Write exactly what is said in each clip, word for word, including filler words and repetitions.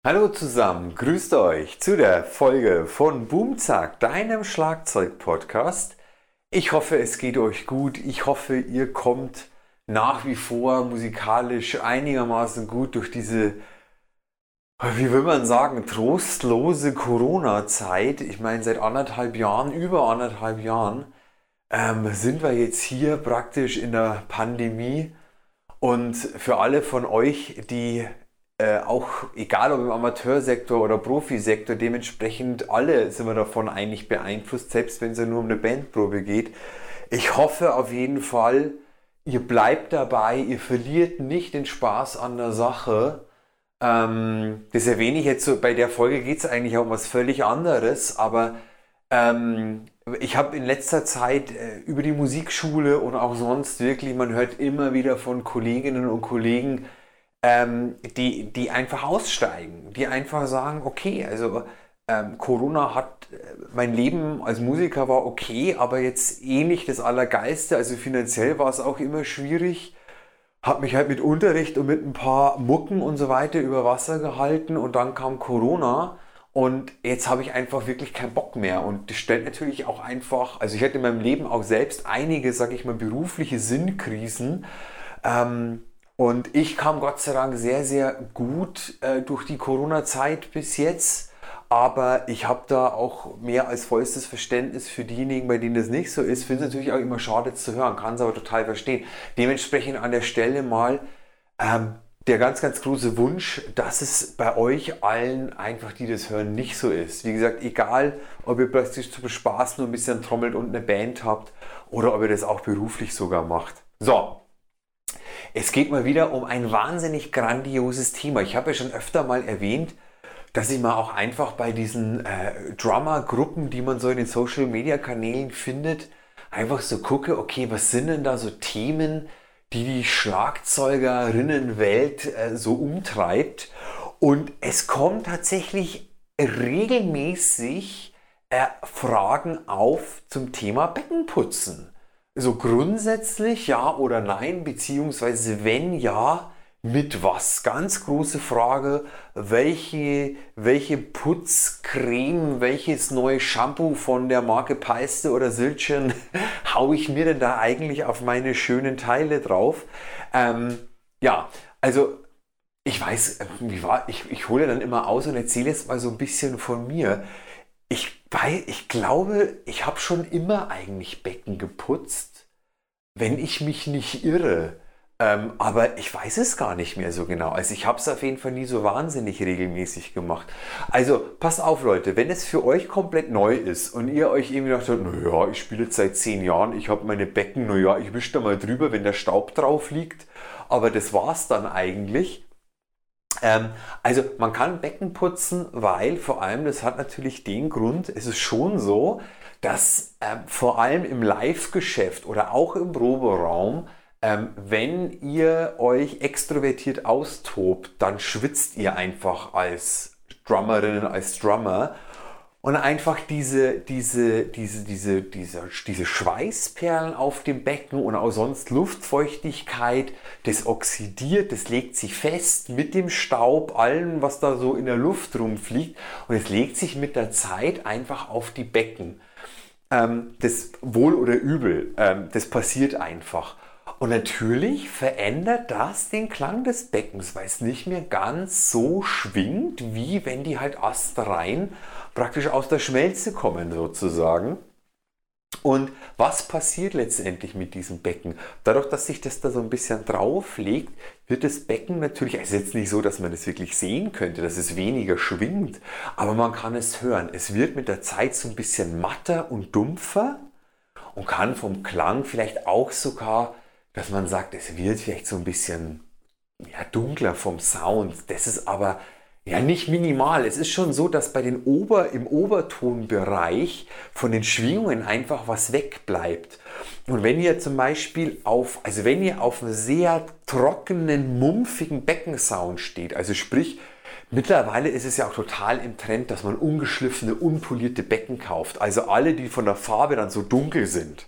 Hallo zusammen, grüßt euch zu der Folge von Boomzack, deinem Schlagzeug-Podcast. Ich hoffe, es geht euch gut. Ich hoffe, ihr kommt nach wie vor musikalisch einigermaßen gut durch diese, wie will man sagen, trostlose Corona-Zeit. Ich meine, seit anderthalb Jahren, über anderthalb Jahren, ähm, sind wir jetzt hier praktisch in der Pandemie. Und für alle von euch, die äh, auch, egal ob im Amateursektor oder Profisektor, dementsprechend alle sind wir davon eigentlich beeinflusst, selbst wenn es ja nur um eine Bandprobe geht. Ich hoffe auf jeden Fall, ihr bleibt dabei, ihr verliert nicht den Spaß an der Sache. Ähm, das erwähne ich jetzt so, bei der Folge geht es eigentlich um was völlig anderes, aber ähm, ich habe in letzter Zeit äh, über die Musikschule und auch sonst wirklich, man hört immer wieder von Kolleginnen und Kollegen, ähm, die, die einfach aussteigen, die einfach sagen, okay, also ähm, Corona hat, äh, mein Leben als Musiker war okay, aber jetzt eh nicht das Allergeilste, also finanziell war es auch immer schwierig, habe mich halt mit Unterricht und mit ein paar Mucken und so weiter über Wasser gehalten und dann kam Corona. Und jetzt habe ich einfach wirklich keinen Bock mehr. Und das stellt natürlich auch einfach, also ich hatte in meinem Leben auch selbst einige, sage ich mal, berufliche Sinnkrisen. Ähm, und ich kam Gott sei Dank sehr, sehr gut äh, durch die Corona-Zeit bis jetzt. Aber ich habe da auch mehr als vollstes Verständnis für diejenigen, bei denen das nicht so ist. Finde es natürlich auch immer schade zu hören, kann es aber total verstehen. Dementsprechend an der Stelle mal ähm, der ganz, ganz große Wunsch, dass es bei euch allen einfach, die das hören, nicht so ist. Wie gesagt, egal, ob ihr plötzlich zum Spaß nur ein bisschen trommelt und eine Band habt oder ob ihr das auch beruflich sogar macht. So, es geht mal wieder um ein wahnsinnig grandioses Thema. Ich habe ja schon öfter mal erwähnt, dass ich mal auch einfach bei diesen äh, Drummer-Gruppen, die man so in den Social-Media-Kanälen findet, einfach so gucke, okay, was sind denn da so Themen, die die Schlagzeugerinnenwelt äh, so umtreibt. Und es kommen tatsächlich regelmäßig äh, Fragen auf zum Thema Beckenputzen. So grundsätzlich ja oder nein, beziehungsweise wenn ja, mit was? Ganz große Frage, welche, welche Putzcreme, welches neue Shampoo von der Marke Peiste oder Silchen haue ich mir denn da eigentlich auf meine schönen Teile drauf? Ähm, ja, also ich weiß, wie war, ich, ich hole dann immer aus und erzähle jetzt mal so ein bisschen von mir. Ich, weil, ich glaube, ich habe schon immer eigentlich Becken geputzt, wenn ich mich nicht irre. Ähm, aber ich weiß es gar nicht mehr so genau. Also ich habe es auf jeden Fall nie so wahnsinnig regelmäßig gemacht. Also passt auf Leute, wenn es für euch komplett neu ist und ihr euch irgendwie gedacht habt, naja, ich spiele jetzt seit zehn Jahren, ich habe meine Becken, naja, ich wische da mal drüber, wenn der Staub drauf liegt. Aber das war's dann eigentlich. Ähm, also man kann Becken putzen, weil vor allem, das hat natürlich den Grund, es ist schon so, dass ähm, vor allem im Live-Geschäft oder auch im Proberaum, Ähm, wenn ihr euch extrovertiert austobt, dann schwitzt ihr einfach als Drummerinnen, als Drummer und einfach diese, diese, diese, diese, diese, diese Schweißperlen auf dem Becken und auch sonst Luftfeuchtigkeit, das oxidiert, das legt sich fest mit dem Staub, allem, was da so in der Luft rumfliegt und es legt sich mit der Zeit einfach auf die Becken. Ähm, das wohl oder übel, ähm, das passiert einfach. Und natürlich verändert das den Klang des Beckens, weil es nicht mehr ganz so schwingt, wie wenn die halt astrein praktisch aus der Schmelze kommen sozusagen. Und was passiert letztendlich mit diesem Becken? Dadurch, dass sich das da so ein bisschen drauflegt, wird das Becken natürlich, also jetzt nicht so, dass man das wirklich sehen könnte, dass es weniger schwingt, aber man kann es hören. Es wird mit der Zeit so ein bisschen matter und dumpfer und kann vom Klang vielleicht auch sogar, dass man sagt, es wird vielleicht so ein bisschen ja, dunkler vom Sound. Das ist aber ja nicht minimal. Es ist schon so, dass bei den Ober, im Obertonbereich von den Schwingungen einfach was wegbleibt. Und wenn ihr zum Beispiel auf, also wenn ihr auf einen sehr trockenen, mumpfigen Beckensound steht, also sprich, mittlerweile ist es ja auch total im Trend, dass man ungeschliffene, unpolierte Becken kauft. Also alle, die von der Farbe dann so dunkel sind.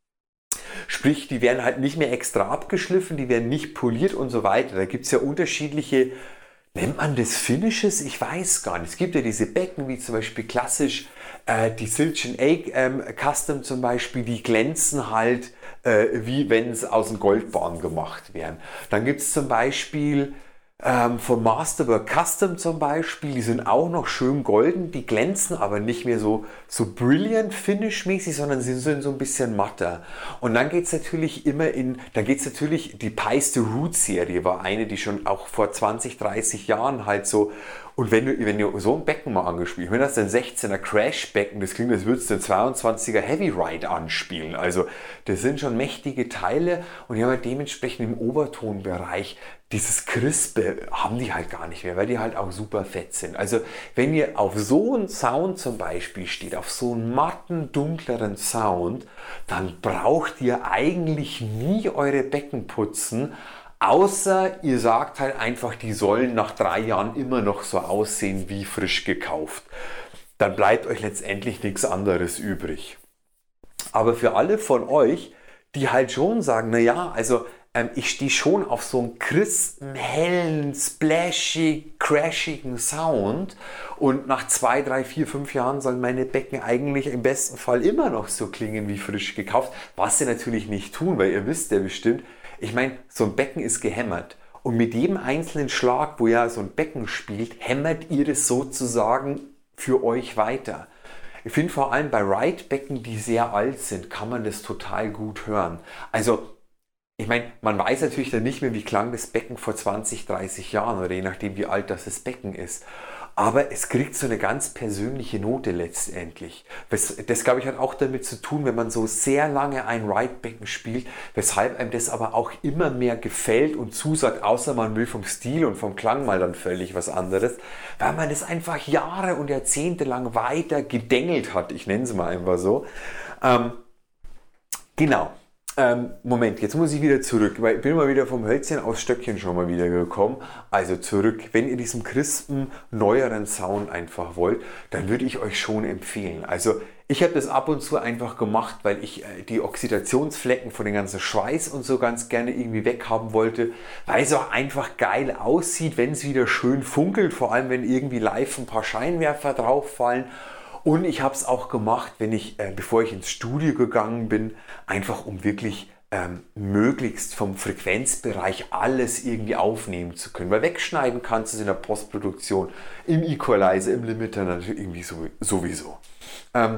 Sprich, die werden halt nicht mehr extra abgeschliffen, die werden nicht poliert und so weiter. Da gibt es ja unterschiedliche Nennt man das Finishes? Ich weiß gar nicht. Es gibt ja diese Becken, wie zum Beispiel klassisch äh, die Silchen Egg ähm, Custom zum Beispiel, die glänzen halt, äh, wie wenn es aus dem Goldbarren gemacht wären. Dann gibt es zum Beispiel ähm, von Masterwork Custom zum Beispiel, die sind auch noch schön golden, die glänzen aber nicht mehr so, so brilliant Finish-mäßig, sondern sie sind so ein bisschen matter. Und dann geht es natürlich immer in, dann geht es natürlich, die Pies the Root Serie war eine, die schon auch vor zwanzig, dreißig Jahren halt so, und wenn du, wenn du so ein Becken mal angespielt, wenn das ein sechzehner Crash-Becken, das klingt, als würdest du ein zweiundzwanziger Heavy Ride anspielen. Also das sind schon mächtige Teile und die haben halt dementsprechend im Obertonbereich dieses Crispe haben die halt gar nicht mehr, weil die halt auch super fett sind. Also wenn ihr auf so einen Sound zum Beispiel steht, auf so einen matten, dunkleren Sound, dann braucht ihr eigentlich nie eure Becken putzen, außer ihr sagt halt einfach, die sollen nach drei Jahren immer noch so aussehen wie frisch gekauft. Dann bleibt euch letztendlich nichts anderes übrig. Aber für alle von euch, die halt schon sagen, naja, also ähm, ich stehe schon auf so einen crispen, hellen, splashig, crashigen Sound und nach zwei, drei, vier, fünf Jahren sollen meine Becken eigentlich im besten Fall immer noch so klingen wie frisch gekauft, was sie natürlich nicht tun, weil ihr wisst ja bestimmt, ich meine, so ein Becken ist gehämmert und mit jedem einzelnen Schlag, wo ihr so ein Becken spielt, hämmert ihr es sozusagen für euch weiter. Ich finde vor allem bei Ride-Becken, die sehr alt sind, kann man das total gut hören. Also, ich meine, man weiß natürlich dann nicht mehr, wie klang das Becken vor zwanzig, dreißig Jahren oder je nachdem, wie alt das, das Becken ist. Aber es kriegt so eine ganz persönliche Note letztendlich. Das, das glaube ich, hat auch damit zu tun, wenn man so sehr lange ein Ride-Becken spielt, weshalb einem das aber auch immer mehr gefällt und zusagt, außer man will vom Stil und vom Klang mal dann völlig was anderes, weil man das einfach Jahre und Jahrzehnte lang weiter gedengelt hat. Ich nenne es mal einfach so. Ähm, genau. Ähm, Moment, jetzt muss ich wieder zurück, weil ich bin mal wieder vom Hölzchen aufs Stöckchen schon mal wieder gekommen. Also zurück, wenn ihr diesen crispen, neueren Sound einfach wollt, dann würde ich euch schon empfehlen. Also ich habe das ab und zu einfach gemacht, weil ich äh, die Oxidationsflecken von den ganzen Schweiß und so ganz gerne irgendwie weghaben wollte, weil es auch einfach geil aussieht, wenn es wieder schön funkelt, vor allem wenn irgendwie live ein paar Scheinwerfer drauf fallen. Und ich habe es auch gemacht, wenn ich, äh, bevor ich ins Studio gegangen bin, einfach um wirklich ähm, möglichst vom Frequenzbereich alles irgendwie aufnehmen zu können. Weil wegschneiden kannst du es in der Postproduktion, im Equalizer, im Limiter natürlich irgendwie sowieso. Ähm,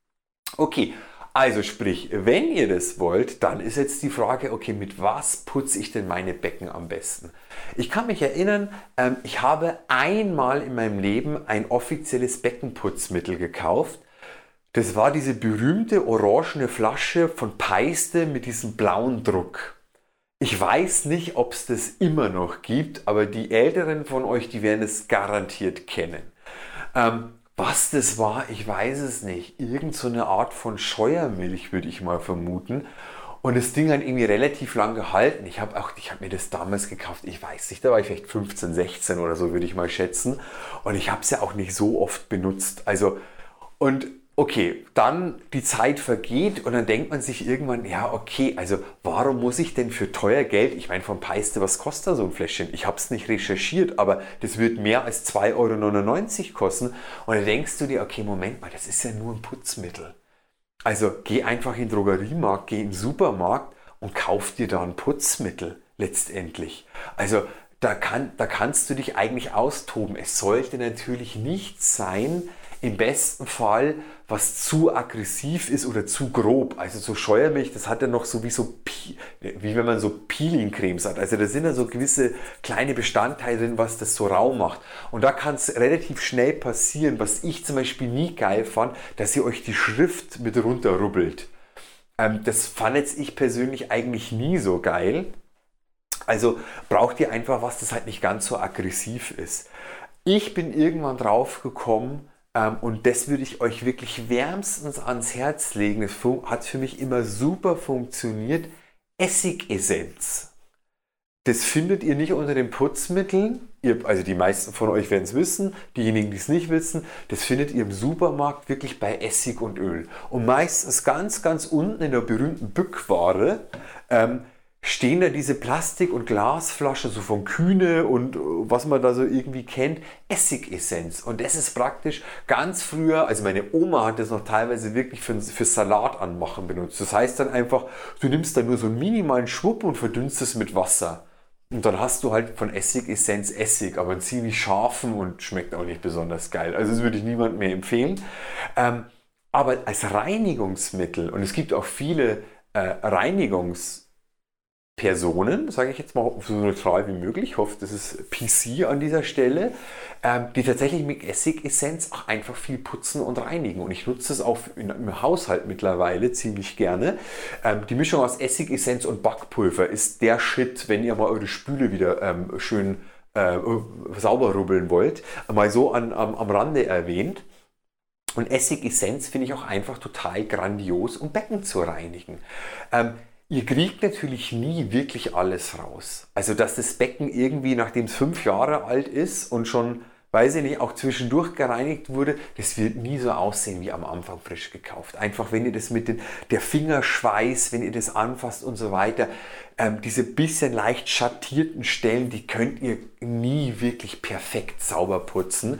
okay. Also sprich, wenn ihr das wollt, dann ist jetzt die Frage, okay, mit was putze ich denn meine Becken am besten? Ich kann mich erinnern, ähm, ich habe einmal in meinem Leben ein offizielles Beckenputzmittel gekauft. Das war diese berühmte orangene Flasche von Peiste mit diesem blauen Druck. Ich weiß nicht, ob es das immer noch gibt, aber die Älteren von euch, die werden es garantiert kennen. Ähm, Was das war, ich weiß es nicht. Irgend so eine Art von Scheuermilch, würde ich mal vermuten. Und das Ding hat irgendwie relativ lang gehalten. Ich habe hab mir das damals gekauft, ich weiß nicht, da war ich vielleicht fünfzehn, sechzehn oder so, würde ich mal schätzen. Und ich habe es ja auch nicht so oft benutzt. Also, und okay, dann die Zeit vergeht und dann denkt man sich irgendwann, ja okay, also warum muss ich denn für teuer Geld, ich meine von Peiste, was kostet da so ein Fläschchen? Ich habe es nicht recherchiert, aber das wird mehr als zwei Euro neunundneunzig kosten. Und dann denkst du dir, okay, Moment mal, das ist ja nur ein Putzmittel. Also geh einfach in den Drogeriemarkt, geh in den Supermarkt und kauf dir da ein Putzmittel letztendlich. Also da, kann, da kannst du dich eigentlich austoben. Es sollte natürlich nicht sein, im besten Fall, was zu aggressiv ist oder zu grob. Also so Scheuermilch, das hat ja noch so wie so, wie wenn man so Peeling-Cremes hat. Also da sind ja so gewisse kleine Bestandteile drin, was das so rau macht. Und da kann es relativ schnell passieren, was ich zum Beispiel nie geil fand, dass ihr euch die Schrift mit runterrubbelt. Ähm, das fand jetzt ich persönlich eigentlich nie so geil. Also braucht ihr einfach was, das halt nicht ganz so aggressiv ist. Ich bin irgendwann drauf gekommen, Ähm, und das würde ich euch wirklich wärmstens ans Herz legen. Es hat für mich immer super funktioniert. Essigessenz. Das findet ihr nicht unter den Putzmitteln. Ihr, also die meisten von euch werden es wissen. Diejenigen, die es nicht wissen, das findet ihr im Supermarkt wirklich bei Essig und Öl. Und meistens ganz, ganz unten in der berühmten Bückware ähm, stehen da diese Plastik- und Glasflaschen, so von Kühne und was man da so irgendwie kennt, Essigessenz. Und das ist praktisch ganz früher, also meine Oma hat das noch teilweise wirklich für, für Salat anmachen benutzt. Das heißt dann einfach, du nimmst da nur so einen minimalen Schwupp und verdünnst es mit Wasser. Und dann hast du halt von Essigessenz Essig, aber einen ziemlich scharfen und schmeckt auch nicht besonders geil. Also das würde ich niemandem mehr empfehlen. Ähm, aber als Reinigungsmittel, und es gibt auch viele äh, Reinigungs Personen, sage ich jetzt mal so neutral wie möglich, ich hoffe, das ist P C an dieser Stelle, ähm, die tatsächlich mit Essigessenz auch einfach viel putzen und reinigen. Und ich nutze das auch in, im Haushalt mittlerweile ziemlich gerne. Ähm, die Mischung aus Essigessenz und Backpulver ist der Shit, wenn ihr mal eure Spüle wieder ähm, schön äh, sauber rubbeln wollt. Mal so an, am, am Rande erwähnt. Und Essigessenz finde ich auch einfach total grandios, um Becken zu reinigen. Ähm, Ihr kriegt natürlich nie wirklich alles raus. Also, dass das Becken irgendwie, nachdem es fünf Jahre alt ist und schon, weiß ich nicht, auch zwischendurch gereinigt wurde, das wird nie so aussehen wie am Anfang frisch gekauft. Einfach, wenn ihr das mit den, der Fingerschweiß, wenn ihr das anfasst und so weiter, ähm, diese bisschen leicht schattierten Stellen, die könnt ihr nie wirklich perfekt sauber putzen.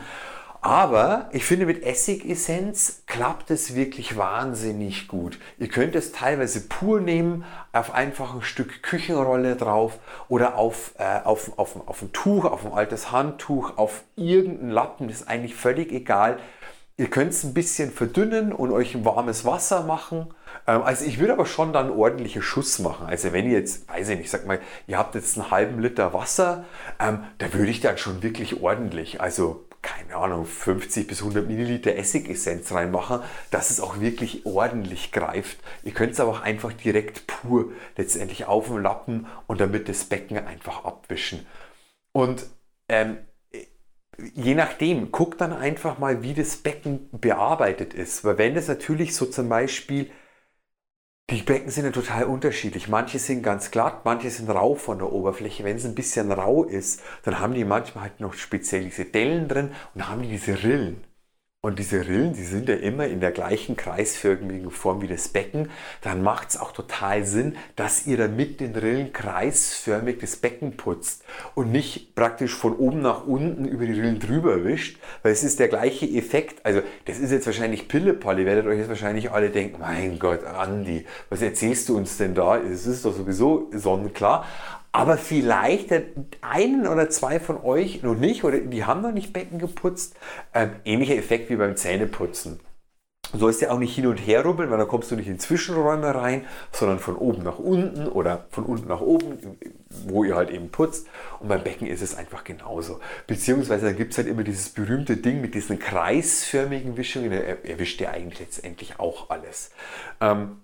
Aber ich finde, mit Essigessenz klappt es wirklich wahnsinnig gut. Ihr könnt es teilweise pur nehmen, auf einfach ein Stück Küchenrolle drauf oder auf, äh, auf, auf, auf ein Tuch, auf ein altes Handtuch, auf irgendeinen Lappen, das ist eigentlich völlig egal. Ihr könnt es ein bisschen verdünnen und euch ein warmes Wasser machen. Ähm, also ich würde aber schon dann ordentliche Schuss machen. Also wenn ihr jetzt, weiß ich nicht, sag mal, ihr habt jetzt einen halben Liter Wasser, ähm, da würde ich dann schon wirklich ordentlich, also keine Ahnung, fünfzig bis hundert Milliliter Essigessenz reinmachen, dass es auch wirklich ordentlich greift. Ihr könnt es aber auch einfach direkt pur letztendlich auf dem Lappen und damit das Becken einfach abwischen. Und ähm, je nachdem, guckt dann einfach mal, wie das Becken bearbeitet ist. Weil wenn das natürlich so zum Beispiel, die Becken sind ja total unterschiedlich. Manche sind ganz glatt, manche sind rau von der Oberfläche. Wenn es ein bisschen rau ist, dann haben die manchmal halt noch speziell diese Dellen drin und dann haben die diese Rillen. Und diese Rillen, die sind ja immer in der gleichen kreisförmigen Form wie das Becken. Dann macht es auch total Sinn, dass ihr dann mit den Rillen kreisförmig das Becken putzt und nicht praktisch von oben nach unten über die Rillen drüber wischt, weil es ist der gleiche Effekt. Also das ist jetzt wahrscheinlich Pillepalle. Ihr werdet euch jetzt wahrscheinlich alle denken, mein Gott, Andi, was erzählst du uns denn da? Es ist doch sowieso sonnenklar. Aber vielleicht einen oder zwei von euch noch nicht oder die haben noch nicht Becken geputzt. Ähm, ähnlicher Effekt wie beim Zähneputzen. Du sollst ja auch nicht hin und her rubbeln, weil dann kommst du nicht in Zwischenräume rein, sondern von oben nach unten oder von unten nach oben, wo ihr halt eben putzt. Und beim Becken ist es einfach genauso. Beziehungsweise dann gibt es halt immer dieses berühmte Ding mit diesen kreisförmigen Wischungen. Er erwischt ja eigentlich letztendlich auch alles. Ähm,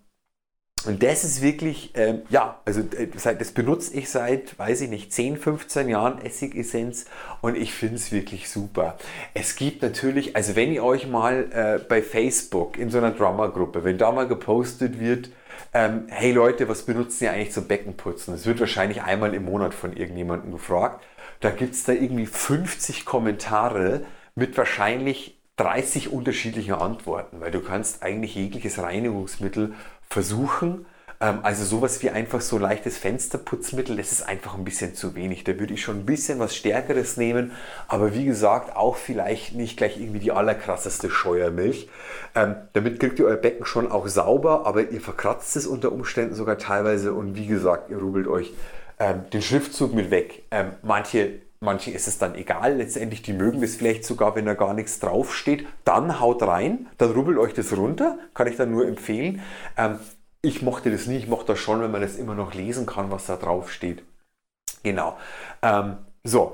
Und das ist wirklich, ähm, ja, also das benutze ich seit, weiß ich nicht, zehn, fünfzehn Jahren Essigessenz und ich finde es wirklich super. Es gibt natürlich, also wenn ihr euch mal äh, bei Facebook in so einer Drummer-Gruppe, wenn da mal gepostet wird, ähm, hey Leute, was benutzen ihr eigentlich zum Beckenputzen? Das wird wahrscheinlich einmal im Monat von irgendjemandem gefragt. Da gibt es da irgendwie fünfzig Kommentare mit wahrscheinlich dreißig unterschiedlichen Antworten, weil du kannst eigentlich jegliches Reinigungsmittel versuchen. Also sowas wie einfach so leichtes Fensterputzmittel, das ist einfach ein bisschen zu wenig. Da würde ich schon ein bisschen was Stärkeres nehmen, aber wie gesagt, auch vielleicht nicht gleich irgendwie die allerkrasseste Scheuermilch. Ähm, damit kriegt ihr euer Becken schon auch sauber, aber ihr verkratzt es unter Umständen sogar teilweise und wie gesagt, ihr rubbelt euch ähm, den Schriftzug mit weg. Ähm, manche Manchen ist es dann egal, letztendlich, die mögen das vielleicht sogar, wenn da gar nichts draufsteht. Dann haut rein, dann rubbelt euch das runter, kann ich dann nur empfehlen. Ähm, ich mochte das nie, ich mochte das schon, wenn man das immer noch lesen kann, was da drauf steht. Genau. Ähm, so,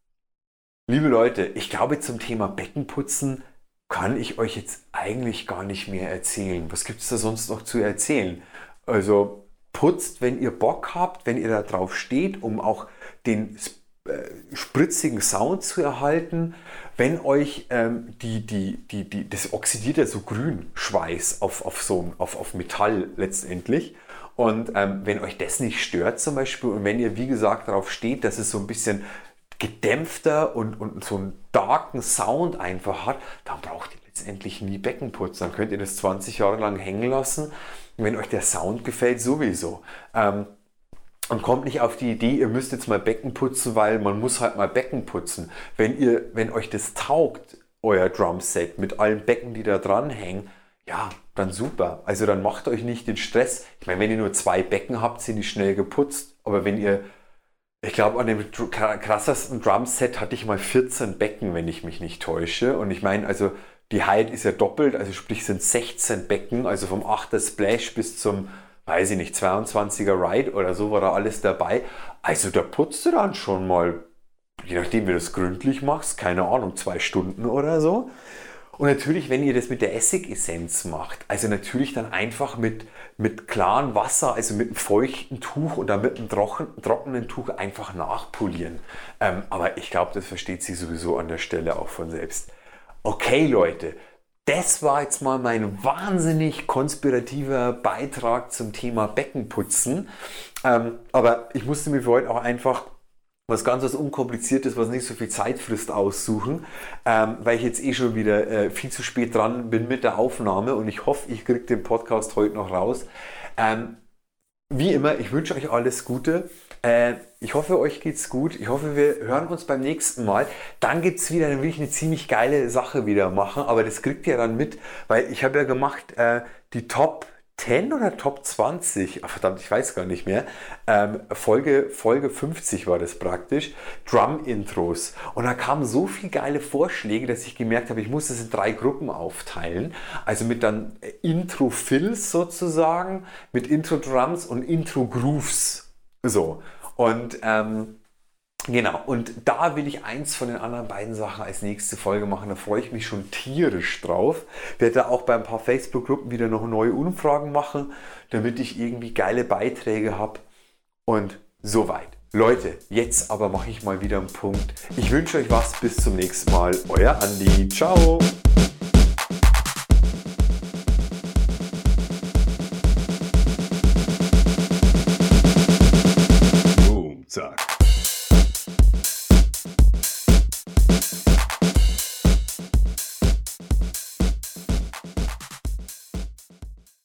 liebe Leute, ich glaube zum Thema Beckenputzen kann ich euch jetzt eigentlich gar nicht mehr erzählen. Was gibt es da sonst noch zu erzählen? Also putzt, wenn ihr Bock habt, wenn ihr da drauf steht, um auch den spritzigen Sound zu erhalten, wenn euch ähm, die, die, die, die, das oxidiert ja so grün Schweiß auf, auf, so, auf, auf Metall letztendlich und ähm, wenn euch das nicht stört zum Beispiel und wenn ihr wie gesagt darauf steht, dass es so ein bisschen gedämpfter und, und so einen darken Sound einfach hat, dann braucht ihr letztendlich nie Beckenputz, dann könnt ihr das zwanzig Jahre lang hängen lassen und wenn euch der Sound gefällt sowieso. Ähm, Und kommt nicht auf die Idee, ihr müsst jetzt mal Becken putzen, weil man muss halt mal Becken putzen. Wenn ihr, wenn euch das taugt, euer Drumset mit allen Becken, die da dranhängen, ja, dann super. Also dann macht euch nicht den Stress. Ich meine, wenn ihr nur zwei Becken habt, sind die schnell geputzt. Aber wenn ihr, ich glaube, an dem krassesten Drumset hatte ich mal vierzehn Becken, wenn ich mich nicht täusche. Und ich meine, also die Height ist ja doppelt, also sprich sind sechzehn Becken, also vom achter Splash bis zum, weiß ich nicht, zweiundzwanziger Ride oder so war da alles dabei. Also da putzt du dann schon mal, je nachdem wie du das gründlich machst, keine Ahnung, zwei Stunden oder so. Und natürlich, wenn ihr das mit der Essigessenz macht, also natürlich dann einfach mit, mit klarem Wasser, also mit einem feuchten Tuch oder mit einem trocken, trockenen Tuch einfach nachpolieren. Ähm, aber ich glaube, das versteht sie sowieso an der Stelle auch von selbst. Okay, Leute, das war jetzt mal mein wahnsinnig konspirativer Beitrag zum Thema Beckenputzen. Ähm, aber ich musste mir für heute auch einfach was ganz was Unkompliziertes, was nicht so viel Zeit frisst, aussuchen, ähm, weil ich jetzt eh schon wieder äh, viel zu spät dran bin mit der Aufnahme und ich hoffe, ich kriege den Podcast heute noch raus. Ähm, wie immer, ich wünsche euch alles Gute. Äh, ich hoffe, euch geht's gut. Ich hoffe, wir hören uns beim nächsten Mal. Dann gibt es wieder, dann will ich eine ziemlich geile Sache wieder machen, aber das kriegt ihr dann mit, weil ich habe ja gemacht äh, die Top zehn oder Top zwanzig, ach, verdammt, ich weiß gar nicht mehr, ähm, Folge, Folge fünfzig war das praktisch, Drum-Intros. Und da kamen so viele geile Vorschläge, dass ich gemerkt habe, ich muss das in drei Gruppen aufteilen. Also mit dann Intro-Fills sozusagen, mit Intro-Drums und Intro-Grooves. So, und ähm, genau, und da will ich eins von den anderen beiden Sachen als nächste Folge machen. Da freue ich mich schon tierisch drauf. Ich werde da auch bei ein paar Facebook-Gruppen wieder noch neue Umfragen machen, damit ich irgendwie geile Beiträge habe. Und soweit. Leute, jetzt aber mache ich mal wieder einen Punkt. Ich wünsche euch was. Bis zum nächsten Mal. Euer Andi. Ciao.